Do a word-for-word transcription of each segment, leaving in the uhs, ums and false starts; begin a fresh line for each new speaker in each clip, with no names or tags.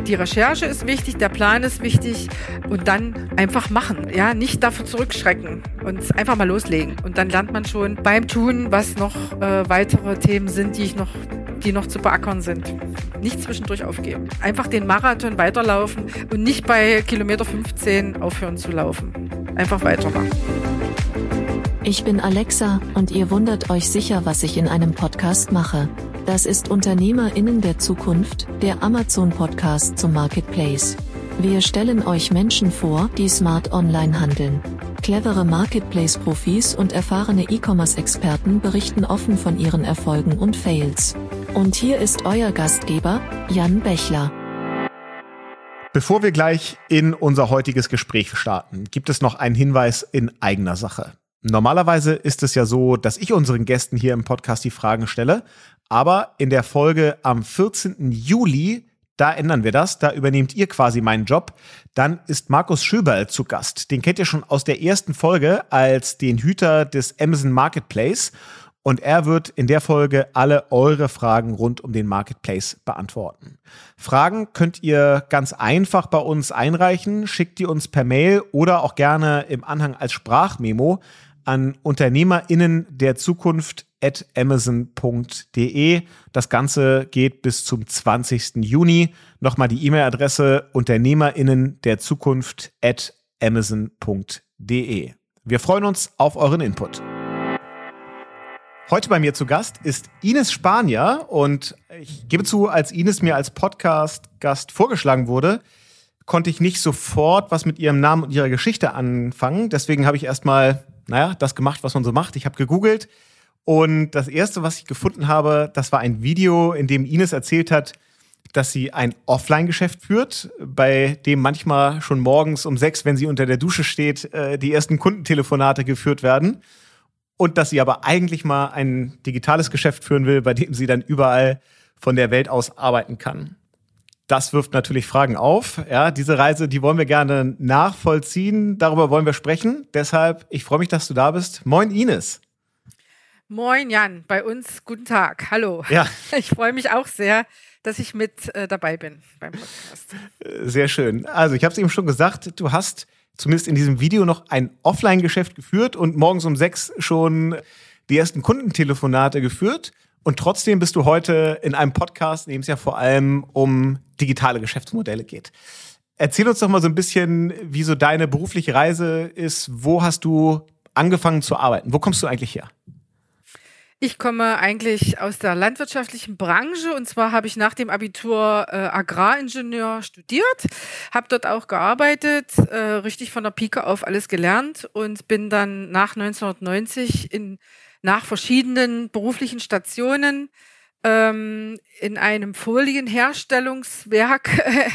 Die Recherche ist wichtig, der Plan ist wichtig und dann einfach machen, ja, nicht davor zurückschrecken und einfach mal loslegen. Und dann lernt man schon beim Tun, was noch äh, weitere Themen sind, die ich noch, die noch zu beackern sind. Nicht zwischendurch aufgeben. Einfach den Marathon weiterlaufen und nicht bei Kilometer fünfzehn aufhören zu laufen. Einfach weitermachen.
Ich bin Alexa und ihr wundert euch sicher, was ich in einem Podcast mache. Das ist UnternehmerInnen der Zukunft, der Amazon-Podcast zum Marketplace. Wir stellen euch Menschen vor, die smart online handeln. Clevere Marketplace-Profis und erfahrene E-Commerce-Experten berichten offen von ihren Erfolgen und Fails. Und hier ist euer Gastgeber, Jan Bechler.
Bevor wir gleich in unser heutiges Gespräch starten, gibt es noch einen Hinweis in eigener Sache. Normalerweise ist es ja so, dass ich unseren Gästen hier im Podcast die Fragen stelle, aber in der Folge am vierzehnten Juli, da ändern wir das, da übernehmt ihr quasi meinen Job. Dann ist Markus Schöberl zu Gast. Den kennt ihr schon aus der ersten Folge als den Hüter des Amazon Marketplace. Und er wird in der Folge alle eure Fragen rund um den Marketplace beantworten. Fragen könnt ihr ganz einfach bei uns einreichen. Schickt die uns per Mail oder auch gerne im Anhang als Sprachmemo an UnternehmerInnen der Zukunft at amazon punkt de. Das Ganze geht bis zum zwanzigsten Juni. Nochmal die E-Mail-Adresse UnternehmerInnen der Zukunft at amazon punkt de. Wir freuen uns auf euren Input. Heute bei mir zu Gast ist Ines Spanier und ich gebe zu, als Ines mir als Podcast-Gast vorgeschlagen wurde, konnte ich nicht sofort was mit ihrem Namen und ihrer Geschichte anfangen. Deswegen habe ich erstmal, naja, das gemacht, was man so macht. Ich habe gegoogelt und das Erste, was ich gefunden habe, das war ein Video, in dem Ines erzählt hat, dass sie ein Offline-Geschäft führt, bei dem manchmal schon morgens um sechs, wenn sie unter der Dusche steht, die ersten Kundentelefonate geführt werden. Und dass sie aber eigentlich mal ein digitales Geschäft führen will, bei dem sie dann überall von der Welt aus arbeiten kann. Das wirft natürlich Fragen auf. Ja, diese Reise, die wollen wir gerne nachvollziehen. Darüber wollen wir sprechen. Deshalb, ich freue mich, dass du da bist. Moin, Ines.
Moin, Jan. Bei uns guten Tag. Hallo.
Ja.
Ich freue mich auch sehr, dass ich mit äh, dabei bin beim Podcast.
Sehr schön. Also, ich habe es eben schon gesagt, du hast zumindest in diesem Video noch ein Offline-Geschäft geführt und morgens um sechs schon die ersten Kundentelefonate geführt. Und trotzdem bist du heute in einem Podcast, in dem es ja vor allem um digitale Geschäftsmodelle geht. Erzähl uns doch mal so ein bisschen, wie so deine berufliche Reise ist. Wo hast du angefangen zu arbeiten? Wo kommst du eigentlich her?
Ich komme eigentlich aus der landwirtschaftlichen Branche und zwar habe ich nach dem Abitur äh, Agraringenieur studiert, habe dort auch gearbeitet, äh, richtig von der Pike auf alles gelernt und bin dann nach neunzehnhundertneunzig in, nach verschiedenen beruflichen Stationen ähm, in einem Folienherstellungswerk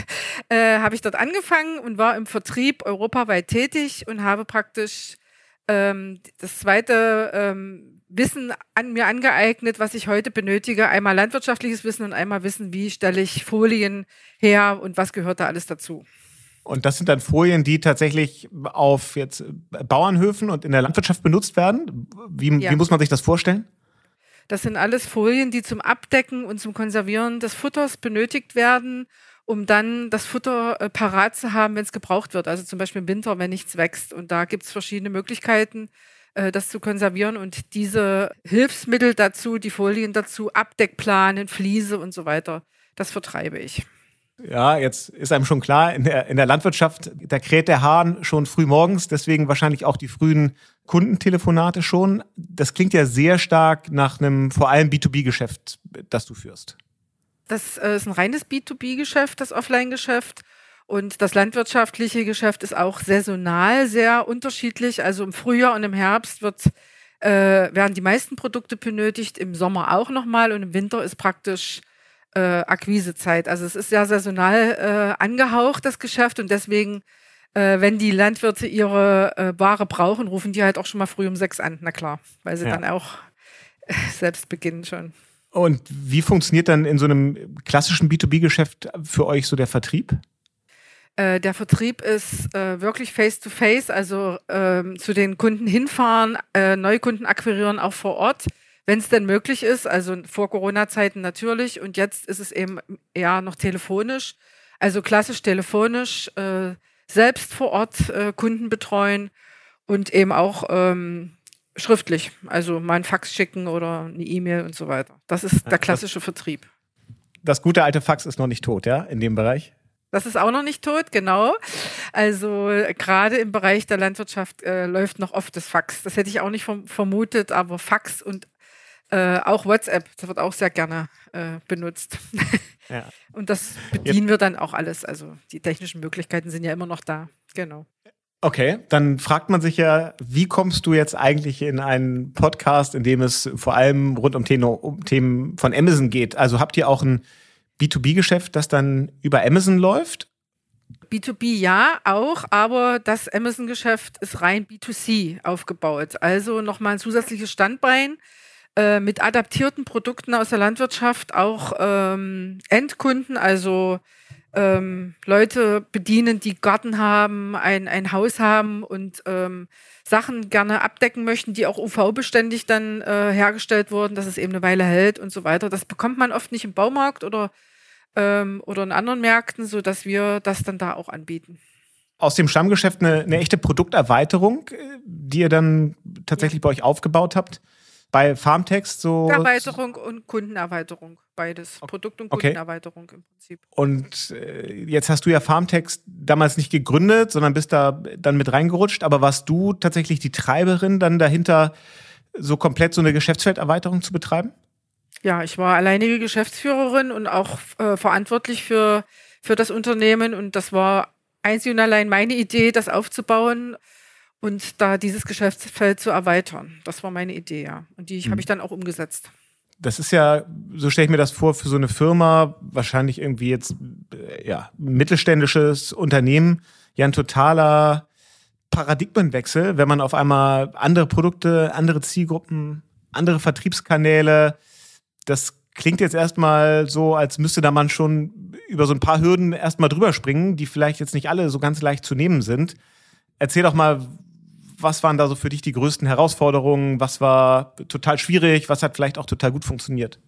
äh, habe ich dort angefangen und war im Vertrieb europaweit tätig und habe praktisch ähm, das zweite ähm, Wissen an mir angeeignet, was ich heute benötige. Einmal landwirtschaftliches Wissen und einmal Wissen, wie stelle ich Folien her und was gehört da alles dazu.
Und das sind dann Folien, die tatsächlich auf jetzt Bauernhöfen und in der Landwirtschaft benutzt werden? Wie, ja. Wie muss man sich das vorstellen?
Das sind alles Folien, die zum Abdecken und zum Konservieren des Futters benötigt werden, um dann das Futter äh, parat zu haben, wenn es gebraucht wird. Also zum Beispiel im Winter, wenn nichts wächst. Und da gibt es verschiedene Möglichkeiten, das zu konservieren und diese Hilfsmittel dazu, die Folien dazu, Abdeckplanen, Fliese und so weiter, das vertreibe ich.
Ja, jetzt ist einem schon klar, in der, in der Landwirtschaft, da kräht der Hahn schon früh morgens, deswegen wahrscheinlich auch die frühen Kundentelefonate schon. Das klingt ja sehr stark nach einem vor allem B zwei B-Geschäft, das du führst.
Das äh, ist ein reines B zwei B-Geschäft, das Offline-Geschäft. Und das landwirtschaftliche Geschäft ist auch saisonal sehr unterschiedlich. Also im Frühjahr und im Herbst wird, äh, werden die meisten Produkte benötigt, im Sommer auch nochmal und im Winter ist praktisch äh, Akquisezeit. Also es ist sehr saisonal äh, angehaucht, das Geschäft. Und deswegen, äh, wenn die Landwirte ihre äh, Ware brauchen, rufen die halt auch schon mal früh um sechs an. Na klar, weil sie ja. dann auch äh, selbst beginnen schon.
Und wie funktioniert dann in so einem klassischen B zwei B-Geschäft für euch so der Vertrieb?
Der Vertrieb ist äh, wirklich face-to-face, also ähm, zu den Kunden hinfahren, äh, Neukunden akquirieren, auch vor Ort, wenn es denn möglich ist. Also vor Corona-Zeiten natürlich und jetzt ist es eben eher noch telefonisch. Also klassisch telefonisch, äh, selbst vor Ort äh, Kunden betreuen und eben auch ähm, schriftlich, also mal ein Fax schicken oder eine E-Mail und so weiter. Das ist der klassische
das,
Vertrieb.
Das gute alte Fax ist noch nicht tot, ja, in dem Bereich?
Das ist auch noch nicht tot, genau. Also gerade im Bereich der Landwirtschaft äh, läuft noch oft das Fax. Das hätte ich auch nicht verm- vermutet, aber Fax und äh, auch WhatsApp, das wird auch sehr gerne äh, benutzt.
Ja.
Und das bedienen Jetzt. wir dann auch alles. Also die technischen Möglichkeiten sind ja immer noch da. Genau.
Okay, dann fragt man sich ja, wie kommst du jetzt eigentlich in einen Podcast, in dem es vor allem rund um Themen, um Themen von Amazon geht? Also habt ihr auch ein B zwei B-Geschäft, das dann über Amazon läuft?
B zwei B ja, auch, aber das Amazon-Geschäft ist rein B zwei C aufgebaut. Also nochmal ein zusätzliches Standbein äh, mit adaptierten Produkten aus der Landwirtschaft, auch ähm, Endkunden, also ähm, Leute bedienen, die Garten haben, ein, ein Haus haben und ähm, Sachen gerne abdecken möchten, die auch U V-beständig dann äh, hergestellt wurden, dass es eben eine Weile hält und so weiter. Das bekommt man oft nicht im Baumarkt oder ähm, oder in anderen Märkten, sodass wir das dann da auch anbieten.
Aus dem Stammgeschäft eine, eine echte Produkterweiterung, die ihr dann tatsächlich ja. bei euch aufgebaut habt. Bei Farmtext so.
Erweiterung und Kundenerweiterung, beides. Produkt- und
okay.
Kundenerweiterung im Prinzip.
Und äh, jetzt hast du ja Farmtext damals nicht gegründet, sondern bist da dann mit reingerutscht. Aber warst du tatsächlich die Treiberin dann dahinter, so komplett so eine Geschäftsfelderweiterung zu betreiben?
Ja, ich war alleinige Geschäftsführerin und auch äh, verantwortlich für, für das Unternehmen. Und das war einzig und allein meine Idee, das aufzubauen und da dieses Geschäftsfeld zu erweitern. Das war meine Idee, ja. Und die mhm. habe ich dann auch umgesetzt.
Das ist ja, so stelle ich mir das vor, für so eine Firma, wahrscheinlich irgendwie jetzt ja, ein mittelständisches Unternehmen, ja ein totaler Paradigmenwechsel, wenn man auf einmal andere Produkte, andere Zielgruppen, andere Vertriebskanäle, das klingt jetzt erstmal so, als müsste da man schon über so ein paar Hürden erstmal drüber springen, die vielleicht jetzt nicht alle so ganz leicht zu nehmen sind. Erzähl doch mal, was waren da so für dich die größten Herausforderungen? Was war total schwierig? Was hat vielleicht auch total gut funktioniert?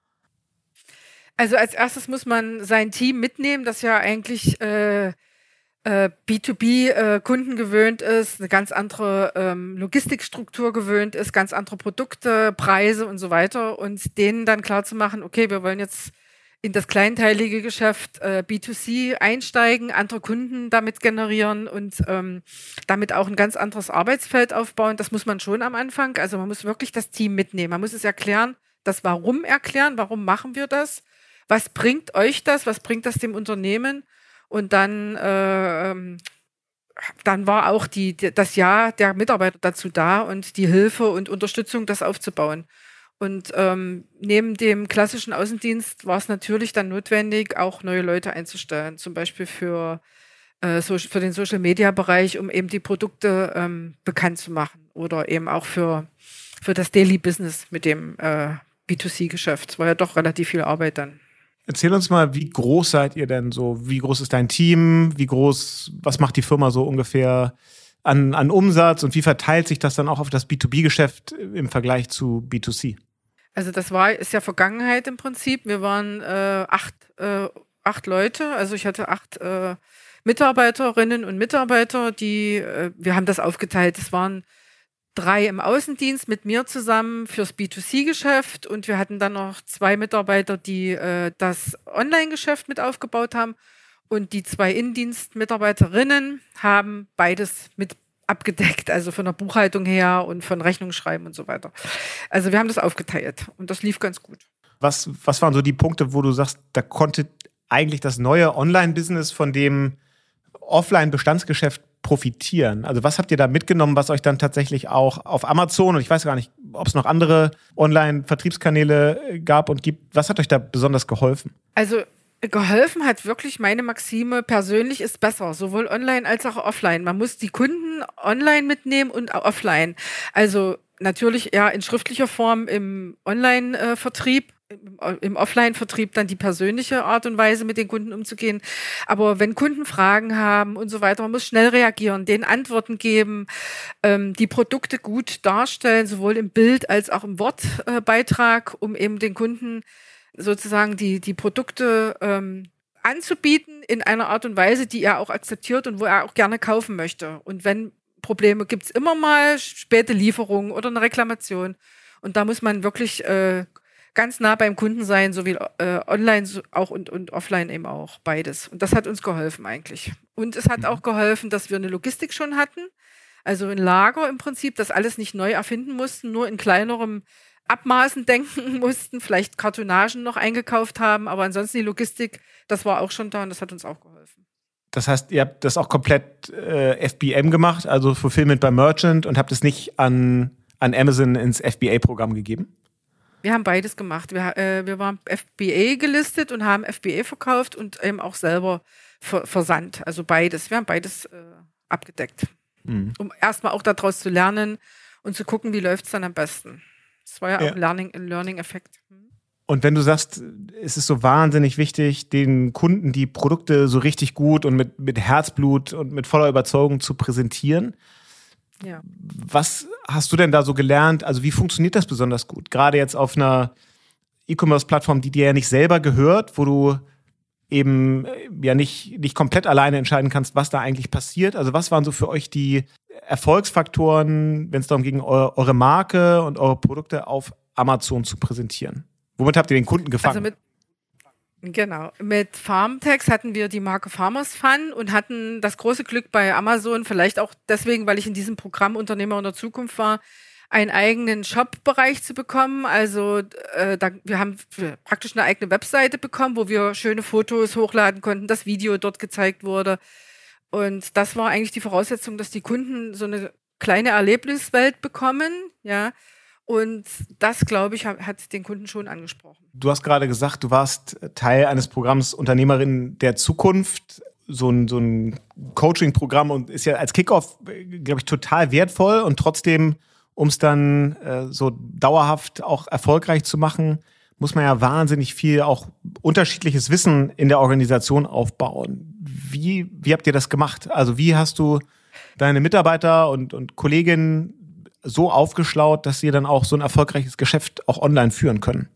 Also als erstes muss man sein Team mitnehmen, das ja eigentlich äh, äh, B zwei B-Kunden äh, gewöhnt ist, eine ganz andere ähm, Logistikstruktur gewöhnt ist, ganz andere Produkte, Preise und so weiter. Und denen dann klar zu machen, okay, wir wollen jetzt in das kleinteilige Geschäft äh, B zwei C einsteigen, andere Kunden damit generieren und ähm, damit auch ein ganz anderes Arbeitsfeld aufbauen. Das muss man schon am Anfang. Also man muss wirklich das Team mitnehmen. Man muss es erklären, das Warum erklären. Warum machen wir das? Was bringt euch das? Was bringt das dem Unternehmen? Und dann, äh, ähm, dann war auch die, die, das Ja der Mitarbeiter dazu da und die Hilfe und Unterstützung, das aufzubauen. Und ähm, neben dem klassischen Außendienst war es natürlich dann notwendig, auch neue Leute einzustellen, zum Beispiel für, äh, so, für den Social-Media-Bereich, um eben die Produkte ähm, bekannt zu machen oder eben auch für, für das Daily Business mit dem äh, B zwei C-Geschäft. Es war ja doch relativ viel Arbeit dann.
Erzähl uns mal, wie groß seid ihr denn so? Wie groß ist dein Team? Wie groß, was macht die Firma so ungefähr an, an Umsatz? Und wie verteilt sich das dann auch auf das B zwei B-Geschäft im Vergleich zu B zwei C?
Also das war, ist ja Vergangenheit im Prinzip. Wir waren äh, acht, äh, acht Leute. Also ich hatte acht äh, Mitarbeiterinnen und Mitarbeiter, die, äh, wir haben das aufgeteilt. Es waren drei im Außendienst mit mir zusammen fürs B zwei C-Geschäft und wir hatten dann noch zwei Mitarbeiter, die äh, das Online-Geschäft mit aufgebaut haben und die zwei Innendienstmitarbeiterinnen haben beides mit abgedeckt, also von der Buchhaltung her und von Rechnungsschreiben und so weiter. Also wir haben das aufgeteilt und das lief ganz gut.
Was, was waren so die Punkte, wo du sagst, da konnte eigentlich das neue Online-Business von dem Offline-Bestandsgeschäft profitieren? Also was habt ihr da mitgenommen, was euch dann tatsächlich auch auf Amazon, und ich weiß gar nicht, ob es noch andere Online-Vertriebskanäle gab und gibt, was hat euch da besonders geholfen?
Also geholfen hat wirklich meine Maxime, persönlich ist besser, sowohl online als auch offline. Man muss die Kunden online mitnehmen und offline. Also natürlich ja in schriftlicher Form im Online-Vertrieb, im Offline-Vertrieb dann die persönliche Art und Weise, mit den Kunden umzugehen. Aber wenn Kunden Fragen haben und so weiter, man muss schnell reagieren, denen Antworten geben, ähm, die Produkte gut darstellen, sowohl im Bild als auch im Wortbeitrag, äh, um eben den Kunden sozusagen die, die Produkte ähm, anzubieten in einer Art und Weise, die er auch akzeptiert und wo er auch gerne kaufen möchte. Und wenn Probleme gibt es immer mal, späte Lieferungen oder eine Reklamation. Und da muss man wirklich äh, ganz nah beim Kunden sein, sowie äh, online so auch und, und offline eben auch, beides. Und das hat uns geholfen eigentlich. Und es hat auch geholfen, dass wir eine Logistik schon hatten, also ein Lager im Prinzip, das alles nicht neu erfinden mussten, nur in kleinerem Abmaßen denken mussten, vielleicht Kartonagen noch eingekauft haben, aber ansonsten die Logistik, das war auch schon da und das hat uns auch geholfen.
Das heißt, ihr habt das auch komplett äh, F B M gemacht, also Fulfillment by Merchant, und habt es nicht an, an Amazon ins F B A-Programm gegeben?
Wir haben beides gemacht. Wir, äh, wir waren F B A gelistet und haben F B A verkauft und eben auch selber ver- versandt. Also beides. Wir haben beides äh, abgedeckt. Mhm. Um erstmal auch daraus zu lernen und zu gucken, wie läuft es dann am besten. Das war ja, ja. auch ein Learning, ein Learning-Effekt.
Und wenn du sagst, es ist so wahnsinnig wichtig, den Kunden die Produkte so richtig gut und mit, mit Herzblut und mit voller Überzeugung zu präsentieren, ja. Was hast du denn da so gelernt? Also wie funktioniert das besonders gut? Gerade jetzt auf einer E-Commerce-Plattform, die dir ja nicht selber gehört, wo du eben ja nicht, nicht komplett alleine entscheiden kannst, was da eigentlich passiert. Also was waren so für euch die Erfolgsfaktoren, wenn es darum ging, eure, eure Marke und eure Produkte auf Amazon zu präsentieren? Womit habt ihr den Kunden gefangen?
Also mit Genau. Mit Farmtex hatten wir die Marke Farmers Fun und hatten das große Glück bei Amazon, vielleicht auch deswegen, weil ich in diesem Programm Unternehmer in der Zukunft war, einen eigenen Shop-Bereich zu bekommen. Also äh, da, wir haben praktisch eine eigene Webseite bekommen, wo wir schöne Fotos hochladen konnten, das Video dort gezeigt wurde. Und das war eigentlich die Voraussetzung, dass die Kunden so eine kleine Erlebniswelt bekommen, ja. Und das, glaube ich, hat den Kunden schon angesprochen.
Du hast gerade gesagt, du warst Teil eines Programms Unternehmerin der Zukunft, so ein, so ein Coaching-Programm, und ist ja als Kickoff, glaube ich, total wertvoll. Und trotzdem, um es dann äh, so dauerhaft auch erfolgreich zu machen, muss man ja wahnsinnig viel auch unterschiedliches Wissen in der Organisation aufbauen. Wie, wie habt ihr das gemacht? Also wie hast du deine Mitarbeiter und, und Kolleginnen so aufgeschlaut, dass sie dann auch so ein erfolgreiches Geschäft auch online führen können?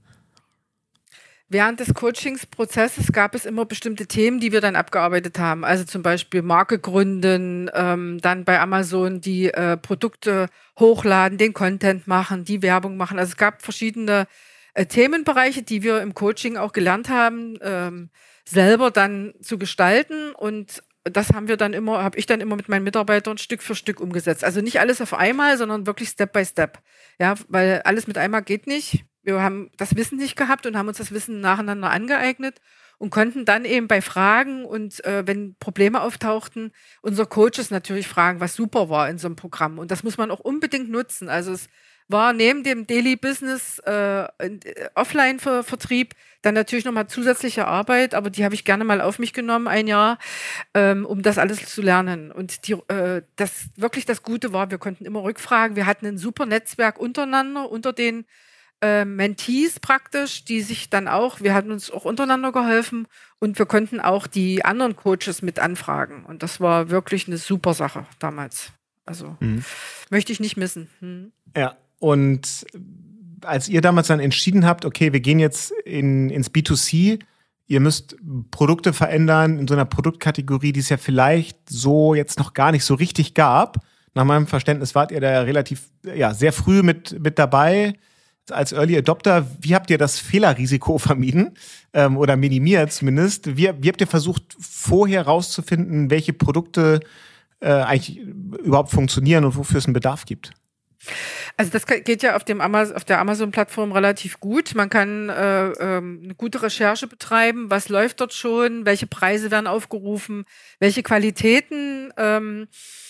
Während des Coachingsprozesses gab es immer bestimmte Themen, die wir dann abgearbeitet haben. Also zum Beispiel Marke gründen, ähm, dann bei Amazon die äh, Produkte hochladen, den Content machen, die Werbung machen. Also es gab verschiedene äh, Themenbereiche, die wir im Coaching auch gelernt haben, ähm, selber dann zu gestalten, und das haben wir dann immer, habe ich dann immer mit meinen Mitarbeitern Stück für Stück umgesetzt. Also nicht alles auf einmal, sondern wirklich Step by Step. Ja, weil alles mit einmal geht nicht. Wir haben das Wissen nicht gehabt und haben uns das Wissen nacheinander angeeignet und konnten dann eben bei Fragen und äh, wenn Probleme auftauchten, unsere Coaches natürlich fragen, was super war in so einem Programm. Und das muss man auch unbedingt nutzen. Also es war neben dem Daily Business äh, Offline-Vertrieb dann natürlich nochmal zusätzliche Arbeit, aber die habe ich gerne mal auf mich genommen, ein Jahr, ähm, um das alles zu lernen. Und die, äh, das wirklich das Gute war, wir konnten immer rückfragen. Wir hatten ein super Netzwerk untereinander, unter den äh, Mentees praktisch, die sich dann auch, wir hatten uns auch untereinander geholfen und wir konnten auch die anderen Coaches mit anfragen. Und das war wirklich eine super Sache damals. Also mhm. möchte ich nicht missen. Hm.
Ja, und als ihr damals dann entschieden habt, okay, wir gehen jetzt in, ins B zwei C, ihr müsst Produkte verändern in so einer Produktkategorie, die es ja vielleicht so jetzt noch gar nicht so richtig gab. Nach meinem Verständnis wart ihr da ja relativ, ja, sehr früh mit, mit dabei als Early Adopter. Wie habt ihr das Fehlerrisiko vermieden ähm, oder minimiert zumindest? Wie, wie habt ihr versucht, vorher rauszufinden, welche Produkte äh, eigentlich überhaupt funktionieren und wofür es einen Bedarf gibt?
Also das geht ja auf dem Amazon, auf der Amazon-Plattform relativ gut. Man kann äh, ähm, eine gute Recherche betreiben. Was läuft dort schon? Welche Preise werden aufgerufen? Welche Qualitäten? Ähm,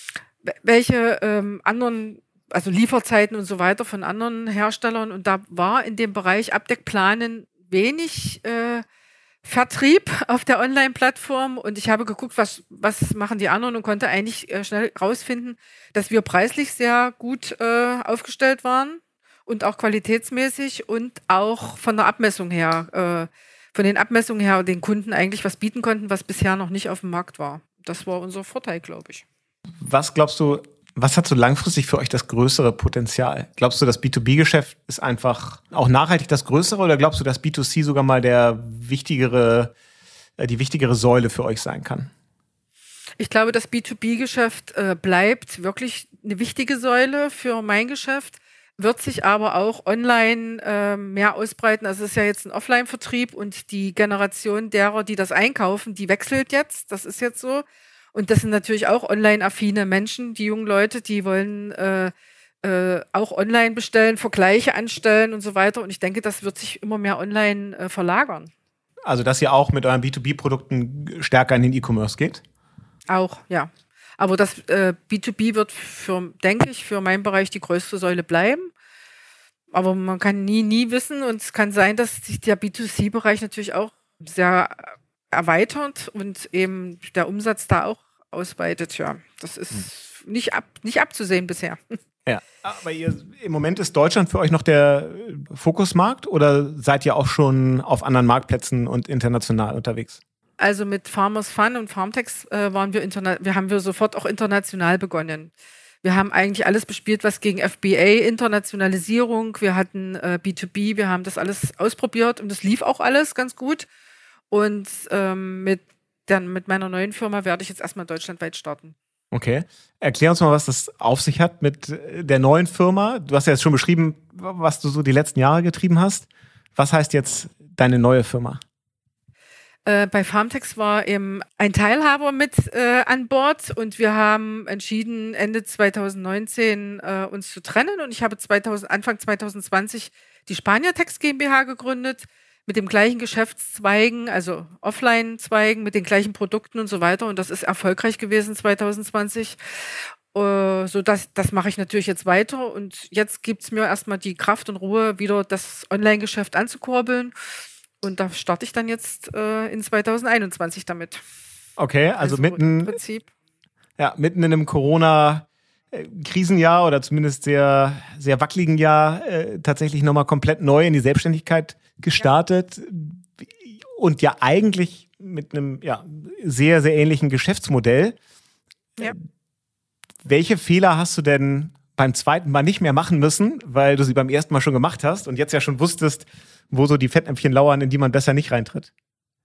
welche ähm, anderen, also Lieferzeiten und so weiter von anderen Herstellern? Und da war in dem Bereich Abdeckplanen wenig äh, Vertrieb auf der Online-Plattform, und ich habe geguckt, was was machen die anderen, und konnte eigentlich äh, schnell rausfinden, dass wir preislich sehr gut äh, aufgestellt waren und auch qualitätsmäßig und auch von der Abmessung her, äh, von den Abmessungen her den Kunden eigentlich was bieten konnten, was bisher noch nicht auf dem Markt war. Das war unser Vorteil, glaube ich.
Was glaubst du, was hat so langfristig für euch das größere Potenzial? Glaubst du, das B zwei B-Geschäft ist einfach auch nachhaltig das größere, oder glaubst du, dass B zwei C sogar mal der wichtigere die wichtigere Säule für euch sein kann?
Ich glaube, das B zwei B-Geschäft äh, bleibt wirklich eine wichtige Säule für mein Geschäft, wird sich aber auch online äh, mehr ausbreiten. Also es ist ja jetzt ein Offline-Vertrieb und die Generation derer, die das einkaufen, die wechselt jetzt. Das ist jetzt so. Und das sind natürlich auch online-affine Menschen, die jungen Leute, die wollen äh, äh, auch online bestellen, Vergleiche anstellen und so weiter. Und ich denke, das wird sich immer mehr online äh, verlagern.
Also, dass ihr auch mit euren B zwei B-Produkten stärker in den E-Commerce geht? Auch,
ja. Aber das äh, B zwei B wird, für, denke ich, für meinen Bereich die größte Säule bleiben. Aber man kann nie, nie wissen. Und es kann sein, dass sich der B zwei C-Bereich natürlich auch sehr erweitert und eben der Umsatz da auch ausweitet. Ja, das ist hm. nicht, ab, nicht abzusehen bisher.
Ja, aber ihr, im Moment ist Deutschland für euch noch der Fokusmarkt oder seid ihr auch schon auf anderen Marktplätzen und international unterwegs?
Also mit Farmers Fun und Farmtex äh, waren wir interna- wir haben wir sofort auch international begonnen. Wir haben eigentlich alles bespielt, was gegen F B A, Internationalisierung, wir hatten äh, B zwei B, wir haben das alles ausprobiert und das lief auch alles ganz gut. Und ähm, mit, dann mit meiner neuen Firma werde ich jetzt erstmal deutschlandweit starten.
Okay. Erklär uns mal, was das auf sich hat mit der neuen Firma. Du hast ja jetzt schon beschrieben, was du so die letzten Jahre getrieben hast. Was heißt jetzt deine neue Firma?
Äh, bei Farmtex war eben ein Teilhaber mit äh, an Bord und wir haben entschieden, Ende zwanzig neunzehn äh, uns zu trennen und ich habe zweitausend, Anfang zwanzig zwanzig die Spaniertex GmbH gegründet mit dem gleichen Geschäftszweigen, also Offline-Zweigen, mit den gleichen Produkten und so weiter und das ist erfolgreich gewesen zwanzig zwanzig. Uh, so das, das mache ich natürlich jetzt weiter und jetzt gibt es mir erstmal die Kraft und Ruhe, wieder das Online-Geschäft anzukurbeln. Und da starte ich dann jetzt äh, in zwanzig einundzwanzig damit.
Okay, also, also mitten, im Prinzip. Ja, mitten in einem Corona-Krisenjahr oder zumindest sehr, sehr wackeligen Jahr äh, tatsächlich nochmal komplett neu in die Selbstständigkeit gestartet. Ja. Und ja eigentlich mit einem ja, sehr, sehr ähnlichen Geschäftsmodell. Ja. Welche Fehler hast du denn beim zweiten Mal nicht mehr machen müssen, weil du sie beim ersten Mal schon gemacht hast und jetzt ja schon wusstest, wo so die Fettnäpfchen lauern, in die man besser nicht reintritt?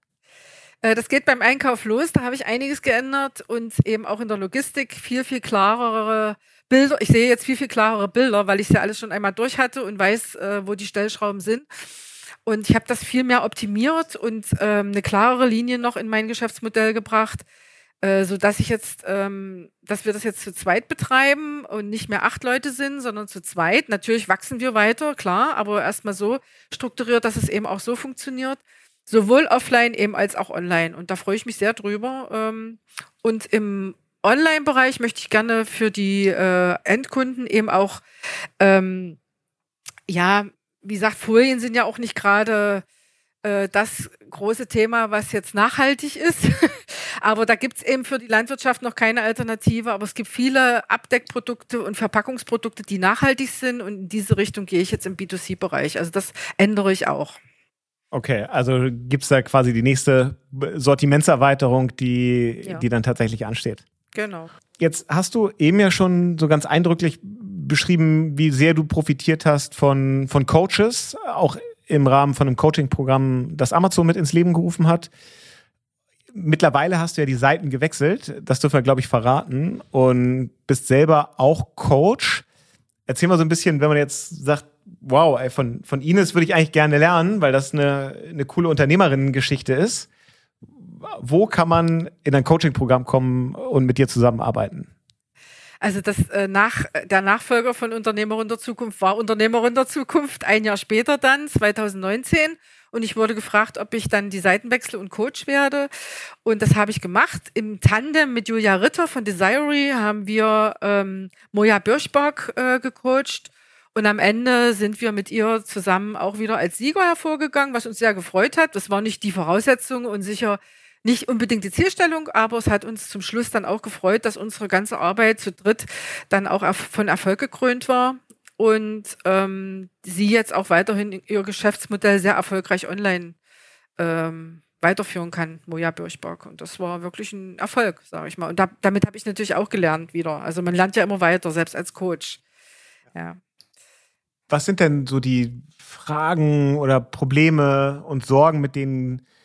Das geht beim Einkauf los, da habe ich einiges geändert und eben auch in der Logistik viel, viel klarere Bilder. Ich sehe jetzt viel, viel klarere Bilder, weil ich es ja alles schon einmal durch hatte und weiß, wo die Stellschrauben sind. Und ich habe das viel mehr optimiert und ähm, eine klarere Linie noch in mein Geschäftsmodell gebracht, äh, so dass ich jetzt, ähm, dass wir das jetzt zu zweit betreiben und nicht mehr acht Leute sind, sondern zu zweit. Natürlich wachsen wir weiter, klar, aber erstmal so strukturiert, dass es eben auch so funktioniert. Sowohl offline eben als auch online. Und da freue ich mich sehr drüber. Ähm, und im Online-Bereich möchte ich gerne für die äh, Endkunden eben auch, ähm, ja, wie gesagt, Folien sind ja auch nicht gerade äh, das große Thema, was jetzt nachhaltig ist. Aber da gibt's eben für die Landwirtschaft noch keine Alternative. Aber es gibt viele Abdeckprodukte und Verpackungsprodukte, die nachhaltig sind. Und in diese Richtung gehe ich jetzt im B zwei C-Bereich. Also das ändere ich auch.
Okay, also gibt's da quasi die nächste Sortimentserweiterung, die, ja. die dann tatsächlich ansteht.
Genau.
Jetzt hast du eben ja schon so ganz eindrücklich beschrieben, wie sehr du profitiert hast von, von Coaches, auch im Rahmen von einem Coaching-Programm, das Amazon mit ins Leben gerufen hat. Mittlerweile hast du ja die Seiten gewechselt, das dürfen wir, glaube ich, verraten, und bist selber auch Coach. Erzähl mal so ein bisschen, wenn man jetzt sagt, wow, ey, von, von Ines würde ich eigentlich gerne lernen, weil das eine, eine coole Unternehmerinnen-Geschichte ist. Wo kann man in ein Coaching-Programm kommen und mit dir zusammenarbeiten?
Also das äh, nach der Nachfolger von Unternehmerin der Zukunft war Unternehmerin der Zukunft ein Jahr später dann, zwanzig neunzehn. Und ich wurde gefragt, ob ich dann die Seiten wechsle und Coach werde. Und das habe ich gemacht. Im Tandem mit Julia Ritter von Desiry haben wir ähm, Moja Birschbach äh, gecoacht. Und am Ende sind wir mit ihr zusammen auch wieder als Sieger hervorgegangen, was uns sehr gefreut hat. Das war nicht die Voraussetzung und sicher nicht unbedingt die Zielstellung, aber es hat uns zum Schluss dann auch gefreut, dass unsere ganze Arbeit zu dritt dann auch von Erfolg gekrönt war und ähm, sie jetzt auch weiterhin ihr Geschäftsmodell sehr erfolgreich online ähm, weiterführen kann, Moja Birschbach. Und das war wirklich ein Erfolg, sage ich mal. Und da, damit habe ich natürlich auch gelernt wieder. Also man lernt ja immer weiter, selbst als Coach. Ja.
Was sind denn so die Fragen oder Probleme und Sorgen, mit denen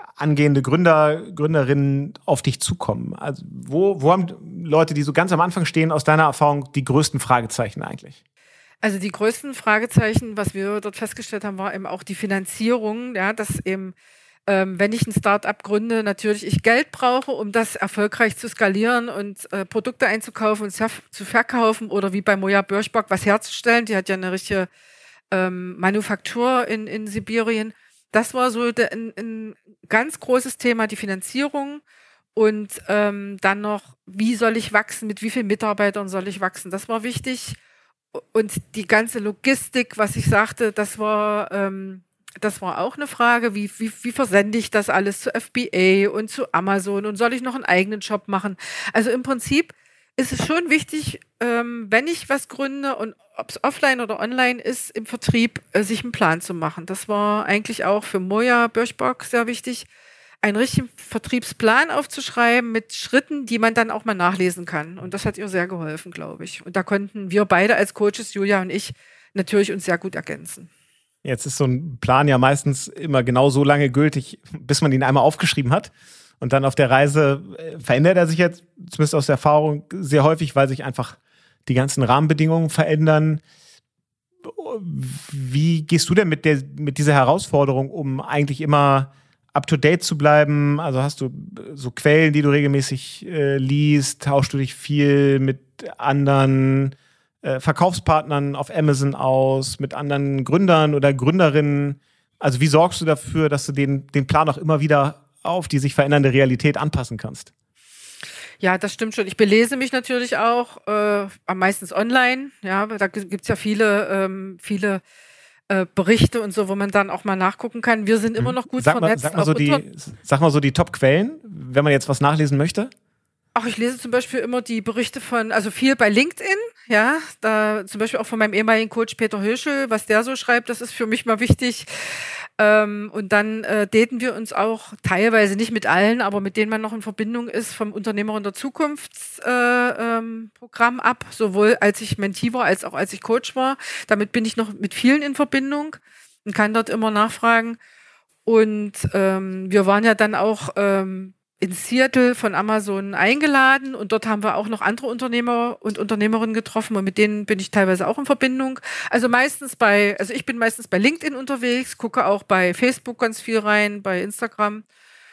angehende Gründer, Gründerinnen auf dich zukommen? Also wo, wo haben Leute, die so ganz am Anfang stehen, aus deiner Erfahrung die größten Fragezeichen eigentlich?
Also die größten Fragezeichen, was wir dort festgestellt haben, war eben auch die Finanzierung, ja, dass eben, ähm, wenn ich ein Start-up gründe, natürlich ich Geld brauche, um das erfolgreich zu skalieren und äh, Produkte einzukaufen und zu verkaufen oder wie bei Moja Birchbock was herzustellen. Die hat ja eine richtige ähm, Manufaktur in, in Sibirien. Das war so de, ein, ein ganz großes Thema, die Finanzierung. Und ähm, dann noch, wie soll ich wachsen, mit wie vielen Mitarbeitern soll ich wachsen? Das war wichtig. Und die ganze Logistik, was ich sagte, das war, ähm, das war auch eine Frage, wie, wie, wie versende ich das alles zu F B A und zu Amazon und soll ich noch einen eigenen Shop machen? Also im Prinzip ist es schon wichtig, ähm, wenn ich was gründe und ob es offline oder online ist, im Vertrieb äh, sich einen Plan zu machen. Das war eigentlich auch für Moja Birchbock sehr wichtig, einen richtigen Vertriebsplan aufzuschreiben mit Schritten, die man dann auch mal nachlesen kann. Und das hat ihr sehr geholfen, glaube ich. Und da konnten wir beide als Coaches, Julia und ich, natürlich uns sehr gut ergänzen.
Jetzt ist so ein Plan ja meistens immer genau so lange gültig, bis man ihn einmal aufgeschrieben hat. Und dann auf der Reise verändert er sich jetzt, zumindest aus der Erfahrung, sehr häufig, weil sich einfach die ganzen Rahmenbedingungen verändern. Wie gehst du denn mit der, mit dieser Herausforderung um, eigentlich immer up-to-date zu bleiben? Also hast du so Quellen, die du regelmäßig äh, liest? Tauschst du dich viel mit anderen äh, Verkaufspartnern auf Amazon aus, mit anderen Gründern oder Gründerinnen? Also wie sorgst du dafür, dass du den, den Plan auch immer wieder auf die sich verändernde Realität anpassen kannst?
Ja, das stimmt schon. Ich belese mich natürlich auch, äh, meistens online. Ja, da gibt's ja viele, ähm, viele äh, Berichte und so, wo man dann auch mal nachgucken kann. Wir sind immer noch gut
sag
vernetzt.
Mal, sag, mal so die, sag mal so die Top-Quellen, wenn man jetzt was nachlesen möchte.
Ach, ich lese zum Beispiel immer die Berichte von, also viel bei LinkedIn, ja, da zum Beispiel auch von meinem ehemaligen Coach Peter Höschel, was der so schreibt, das ist für mich mal wichtig. Ähm, und dann äh, daten wir uns auch teilweise, nicht mit allen, aber mit denen man noch in Verbindung ist, vom Unternehmerin der Zukunftsprogramm äh, ähm, ab, sowohl als ich Mentee war, als auch als ich Coach war. Damit bin ich noch mit vielen in Verbindung und kann dort immer nachfragen. Und ähm, wir waren ja dann auch ähm, in Seattle von Amazon eingeladen und dort haben wir auch noch andere Unternehmer und Unternehmerinnen getroffen und mit denen bin ich teilweise auch in Verbindung. Also meistens bei, also ich bin meistens bei LinkedIn unterwegs, gucke auch bei Facebook ganz viel rein, bei Instagram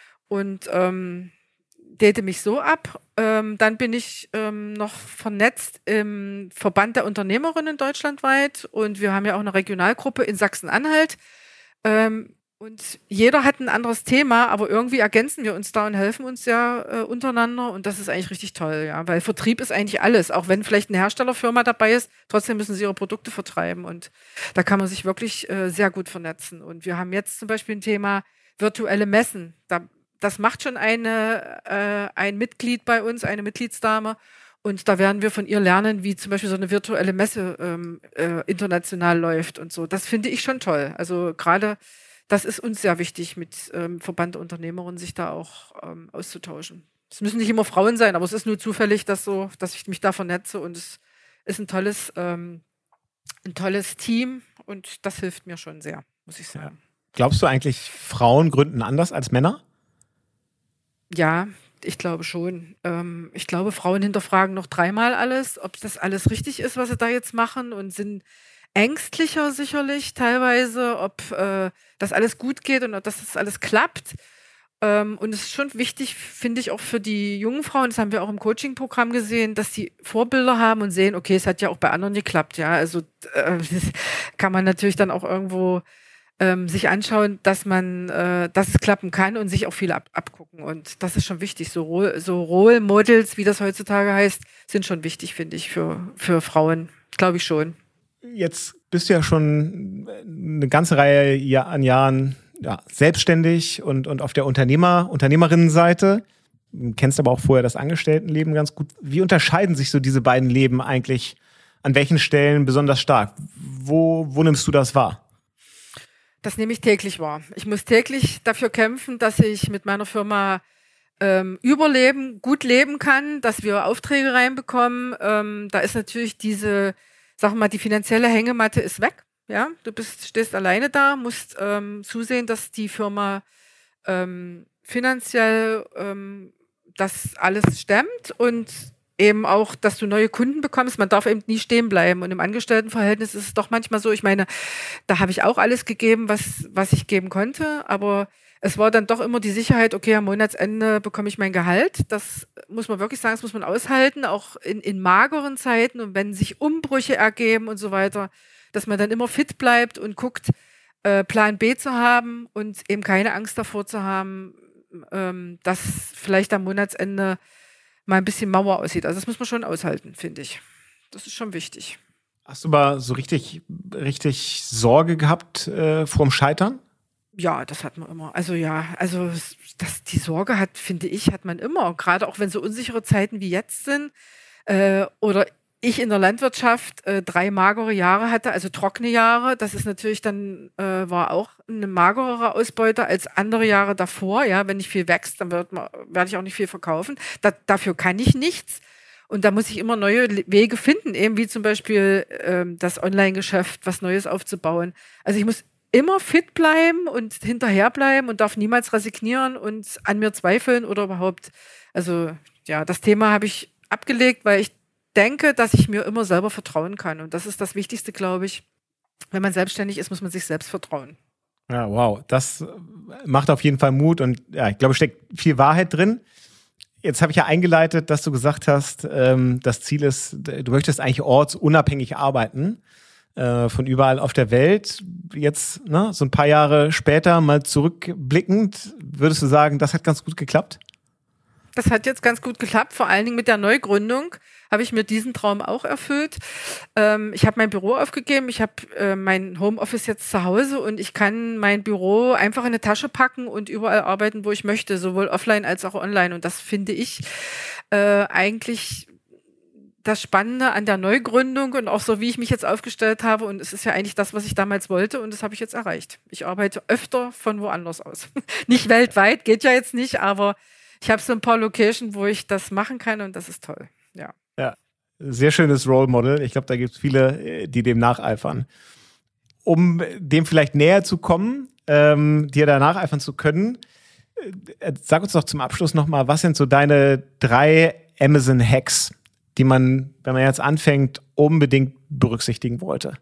und ähm, date mich so ab. Ähm, dann bin ich ähm, noch vernetzt im Verband der Unternehmerinnen deutschlandweit und wir haben ja auch eine Regionalgruppe in Sachsen-Anhalt. Ähm, Und jeder hat ein anderes Thema, aber irgendwie ergänzen wir uns da und helfen uns ja äh, untereinander und das ist eigentlich richtig toll, ja, weil Vertrieb ist eigentlich alles, auch wenn vielleicht eine Herstellerfirma dabei ist, trotzdem müssen sie ihre Produkte vertreiben und da kann man sich wirklich äh, sehr gut vernetzen und wir haben jetzt zum Beispiel ein Thema virtuelle Messen, da, das macht schon eine, äh, ein Mitglied bei uns, eine Mitgliedsdame und da werden wir von ihr lernen, wie zum Beispiel so eine virtuelle Messe ähm, äh, international läuft und so, das finde ich schon toll, also gerade das ist uns sehr wichtig, mit ähm, Verband der Unternehmerinnen sich da auch ähm, auszutauschen. Es müssen nicht immer Frauen sein, aber es ist nur zufällig, dass so, dass ich mich da vernetze und es ist ein tolles, ähm, ein tolles Team und das hilft mir schon sehr, muss ich sagen.
Ja. Glaubst du eigentlich, Frauen gründen anders als Männer?
Ja, ich glaube schon. Ähm, ich glaube, Frauen hinterfragen noch dreimal alles, ob das alles richtig ist, was sie da jetzt machen und sind ängstlicher sicherlich teilweise, ob äh, das alles gut geht und ob das, das alles klappt. Ähm, und es ist schon wichtig, finde ich, auch für die jungen Frauen, das haben wir auch im Coaching-Programm gesehen, dass sie Vorbilder haben und sehen, okay, es hat ja auch bei anderen geklappt, ja. Also äh, das kann man natürlich dann auch irgendwo ähm, sich anschauen, dass man, äh, dass es klappen kann und sich auch viele ab abgucken. Und das ist schon wichtig. So, Ro so Role Models, wie das heutzutage heißt, sind schon wichtig, finde ich, für, für Frauen. Glaube ich schon.
Jetzt bist du ja schon eine ganze Reihe an Jahren ja, selbstständig und, und auf der Unternehmer, Unternehmerinnenseite. Du kennst aber auch vorher das Angestelltenleben ganz gut. Wie unterscheiden sich so diese beiden Leben eigentlich? An welchen Stellen besonders stark? Wo, wo nimmst du das wahr?
Das nehme ich täglich wahr. Ich muss täglich dafür kämpfen, dass ich mit meiner Firma ähm, überleben, gut leben kann, dass wir Aufträge reinbekommen. Ähm, da ist natürlich diese Sag mal, die finanzielle Hängematte ist weg, ja. Du bist, stehst alleine da, musst ähm, zusehen, dass die Firma ähm, finanziell ähm, das alles stemmt und eben auch, dass du neue Kunden bekommst. Man darf eben nie stehen bleiben. Und im Angestelltenverhältnis ist es doch manchmal so, ich meine, da habe ich auch alles gegeben, was, was ich geben konnte, aber es war dann doch immer die Sicherheit, okay, am Monatsende bekomme ich mein Gehalt. Das muss man wirklich sagen, das muss man aushalten, auch in, in mageren Zeiten und wenn sich Umbrüche ergeben und so weiter, dass man dann immer fit bleibt und guckt, äh, Plan B zu haben und eben keine Angst davor zu haben, ähm, dass vielleicht am Monatsende mal ein bisschen Mauer aussieht. Also das muss man schon aushalten, finde ich. Das ist schon wichtig.
Hast du mal so richtig, richtig Sorge gehabt äh, vorm Scheitern?
Ja, das hat man immer. Also ja, also das, die Sorge hat, finde ich, hat man immer. Gerade auch wenn so unsichere Zeiten wie jetzt sind äh, oder ich in der Landwirtschaft äh, drei magere Jahre hatte, also trockene Jahre. Das ist natürlich dann, äh, war auch eine magerere Ausbeute als andere Jahre davor. Ja, wenn nicht viel wächst, dann wird man, werde ich auch nicht viel verkaufen. Da, dafür kann ich nichts. Und da muss ich immer neue Wege finden, eben wie zum Beispiel ähm, das Online-Geschäft, was Neues aufzubauen. Also ich muss immer fit bleiben und hinterherbleiben und darf niemals resignieren und an mir zweifeln oder überhaupt. Also ja, das Thema habe ich abgelegt, weil ich denke, dass ich mir immer selber vertrauen kann. Und das ist das Wichtigste, glaube ich. Wenn man selbstständig ist, muss man sich selbst vertrauen.
Ja, wow. Das macht auf jeden Fall Mut und ja, ich glaube, steckt viel Wahrheit drin. Jetzt habe ich ja eingeleitet, dass du gesagt hast, ähm, das Ziel ist, du möchtest eigentlich ortsunabhängig arbeiten, äh, von überall auf der Welt. Jetzt, ne, so ein paar Jahre später, mal zurückblickend, würdest du sagen, das hat ganz gut geklappt?
Das hat jetzt ganz gut geklappt, vor allen Dingen mit der Neugründung habe ich mir diesen Traum auch erfüllt. Ähm, ich habe mein Büro aufgegeben, ich habe äh, mein Homeoffice jetzt zu Hause und ich kann mein Büro einfach in eine Tasche packen und überall arbeiten, wo ich möchte, sowohl offline als auch online. Und das finde ich äh, eigentlich das Spannende an der Neugründung und auch so, wie ich mich jetzt aufgestellt habe. Und es ist ja eigentlich das, was ich damals wollte und das habe ich jetzt erreicht. Ich arbeite öfter von woanders aus. Nicht weltweit, geht ja jetzt nicht, aber ich habe so ein paar Locations, wo ich das machen kann und das ist toll, ja.
Ja, sehr schönes Role Model. Ich glaube, da gibt es viele, die dem nacheifern. Um dem vielleicht näher zu kommen, ähm, dir da nacheifern zu können, äh, sag uns doch zum Abschluss nochmal, was sind so deine drei Amazon-Hacks, die man, wenn man jetzt anfängt, unbedingt berücksichtigen wollte?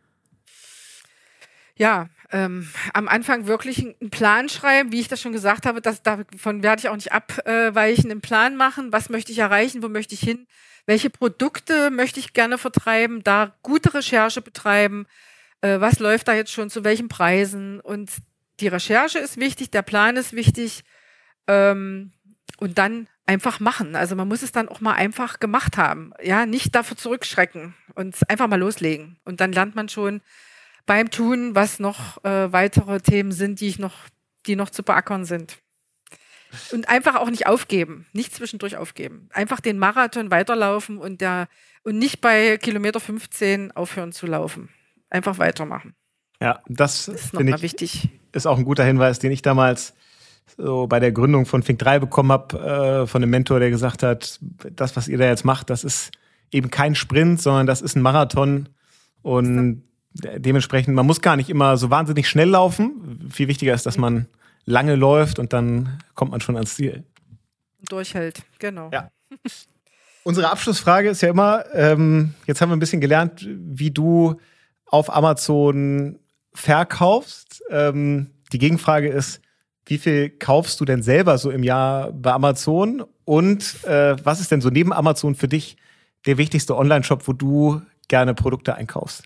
Ja, ähm, am Anfang wirklich einen Plan schreiben, wie ich das schon gesagt habe, das, davon werde ich auch nicht abweichen, einen Plan machen, was möchte ich erreichen, wo möchte ich hin, welche Produkte möchte ich gerne vertreiben, da gute Recherche betreiben, äh, was läuft da jetzt schon, zu welchen Preisen und die Recherche ist wichtig, der Plan ist wichtig ähm, und dann einfach machen. Also man muss es dann auch mal einfach gemacht haben, ja, nicht davor zurückschrecken und einfach mal loslegen und dann lernt man schon beim Tun, was noch äh, weitere Themen sind, die ich noch, die noch zu beackern sind. Und einfach auch nicht aufgeben, nicht zwischendurch aufgeben. Einfach den Marathon weiterlaufen und der und nicht bei Kilometer fünfzehn aufhören zu laufen. Einfach weitermachen.
Ja, das,
das ist nochmal wichtig.
Ist auch ein guter Hinweis, den ich damals so bei der Gründung von Fink drei bekommen habe, äh, von einem Mentor, der gesagt hat, das, was ihr da jetzt macht, das ist eben kein Sprint, sondern das ist ein Marathon und dementsprechend, man muss gar nicht immer so wahnsinnig schnell laufen. Viel wichtiger ist, dass man lange läuft und dann kommt man schon ans Ziel.
Durchhält, genau.
Ja. Unsere Abschlussfrage ist ja immer, ähm, jetzt haben wir ein bisschen gelernt, wie du auf Amazon verkaufst. Ähm, die Gegenfrage ist, wie viel kaufst du denn selber so im Jahr bei Amazon? Und äh, was ist denn so neben Amazon für dich der wichtigste Online-Shop, wo du gerne Produkte einkaufst?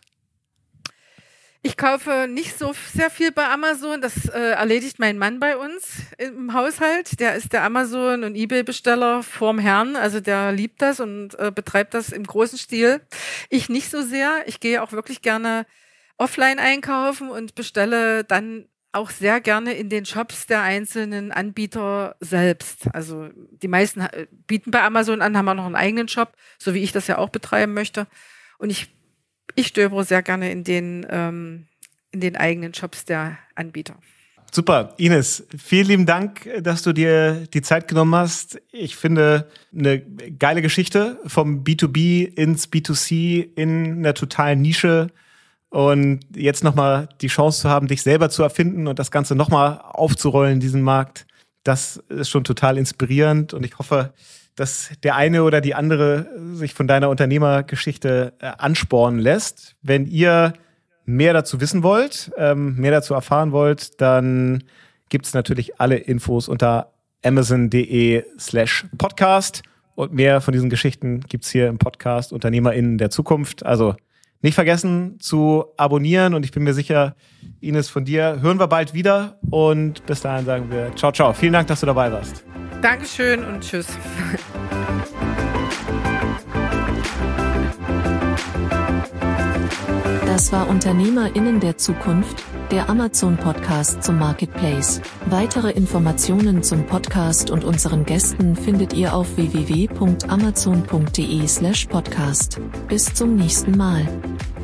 Ich kaufe nicht so sehr viel bei Amazon. Das äh, erledigt mein Mann bei uns im Haushalt. Der ist der Amazon- und eBay-Besteller vorm Herrn. Also der liebt das und äh, betreibt das im großen Stil. Ich nicht so sehr. Ich gehe auch wirklich gerne offline einkaufen und bestelle dann auch sehr gerne in den Shops der einzelnen Anbieter selbst. Also die meisten bieten bei Amazon an, haben auch noch einen eigenen Shop, so wie ich das ja auch betreiben möchte. Und ich Ich stöbere sehr gerne in den, ähm, in den eigenen Shops der Anbieter.
Super. Ines, vielen lieben Dank, dass du dir die Zeit genommen hast. Ich finde eine geile Geschichte vom B zwei B ins B zwei C in einer totalen Nische Und jetzt nochmal die Chance zu haben, dich selber zu erfinden und das Ganze nochmal aufzurollen, diesen Markt, das ist schon total inspirierend. Und ich hoffe, dass der eine oder die andere sich von deiner Unternehmergeschichte äh, anspornen lässt. Wenn ihr mehr dazu wissen wollt, ähm, mehr dazu erfahren wollt, dann gibt's natürlich alle Infos unter amazon.de slash podcast. Und mehr von diesen Geschichten gibt's hier im Podcast UnternehmerInnen der Zukunft. Also nicht vergessen zu abonnieren und ich bin mir sicher, Ines, von dir hören wir bald wieder und bis dahin sagen wir ciao, ciao. Vielen Dank, dass du dabei warst.
Dankeschön und tschüss.
Das war UnternehmerInnen der Zukunft, der Amazon-Podcast zum Marketplace. Weitere Informationen zum Podcast und unseren Gästen findet ihr auf w w w punkt amazon punkt de slash podcast. Bis zum nächsten Mal.